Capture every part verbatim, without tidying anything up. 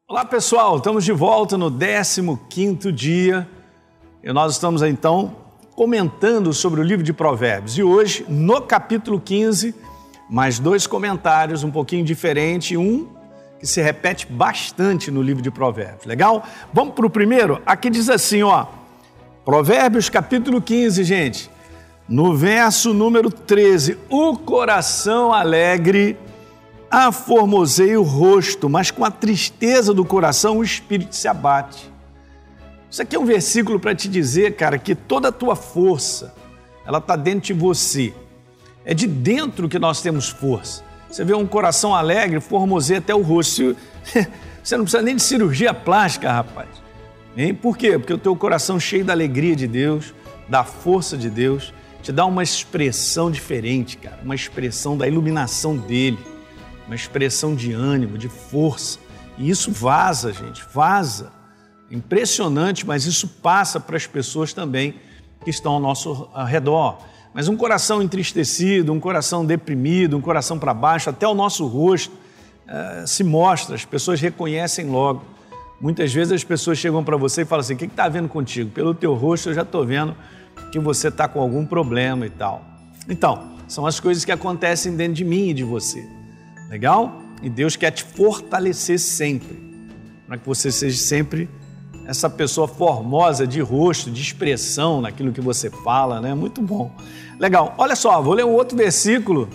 Olá pessoal, estamos de volta no décimo quinto dia e nós estamos então comentando sobre o livro de Provérbios. E hoje, no capítulo quinze, mais dois comentários um pouquinho diferentes, um que se repete bastante no livro de Provérbios. Legal? Vamos para o primeiro? Aqui diz assim, ó, Provérbios capítulo quinze, gente, no verso número treze, o coração alegre aformoseia o rosto, mas com a tristeza do coração o espírito se abate. Isso aqui é um versículo para te dizer, cara, que toda a tua força, ela está dentro de você. É de dentro que nós temos força. Você vê um coração alegre, formoseia até o rosto. Você não precisa nem de cirurgia plástica, rapaz. Hein? Por quê? Porque o teu coração cheio da alegria de Deus, da força de Deus, te dá uma expressão diferente, cara. Uma expressão da iluminação dele. Uma expressão de ânimo, de força. E isso vaza, gente, vaza. É impressionante, mas isso passa para as pessoas também que estão ao nosso redor. Mas um coração entristecido, um coração deprimido, um coração para baixo, até o nosso rosto uh, se mostra, as pessoas reconhecem logo. Muitas vezes as pessoas chegam para você e falam assim, o que está havendo contigo? Pelo teu rosto eu já estou vendo que você está com algum problema e tal. Então, são as coisas que acontecem dentro de mim e de você. Legal? E Deus quer te fortalecer sempre, para que você seja sempre essa pessoa formosa de rosto, de expressão naquilo que você fala, né? Muito bom. Legal. Olha só, vou ler um outro versículo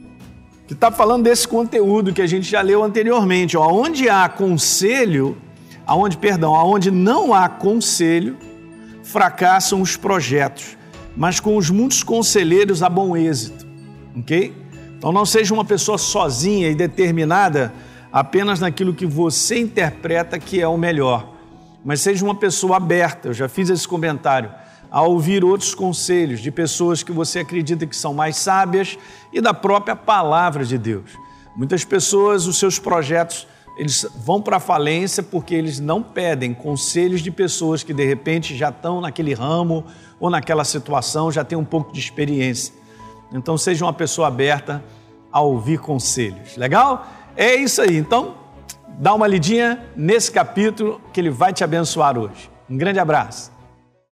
que está falando desse conteúdo que a gente já leu anteriormente. Ó, onde há conselho, aonde, perdão, aonde não há conselho, fracassam os projetos, mas com os muitos conselheiros há bom êxito. Ok? Então não seja uma pessoa sozinha e determinada apenas naquilo que você interpreta que é o melhor, mas seja uma pessoa aberta, eu já fiz esse comentário, a ouvir outros conselhos de pessoas que você acredita que são mais sábias e da própria palavra de Deus. Muitas pessoas, os seus projetos, eles vão para a falência porque eles não pedem conselhos de pessoas que de repente já estão naquele ramo ou naquela situação, já têm um pouco de experiência. Então, seja uma pessoa aberta a ouvir conselhos. Legal? É isso aí. Então, dá uma lidinha nesse capítulo que ele vai te abençoar hoje. Um grande abraço.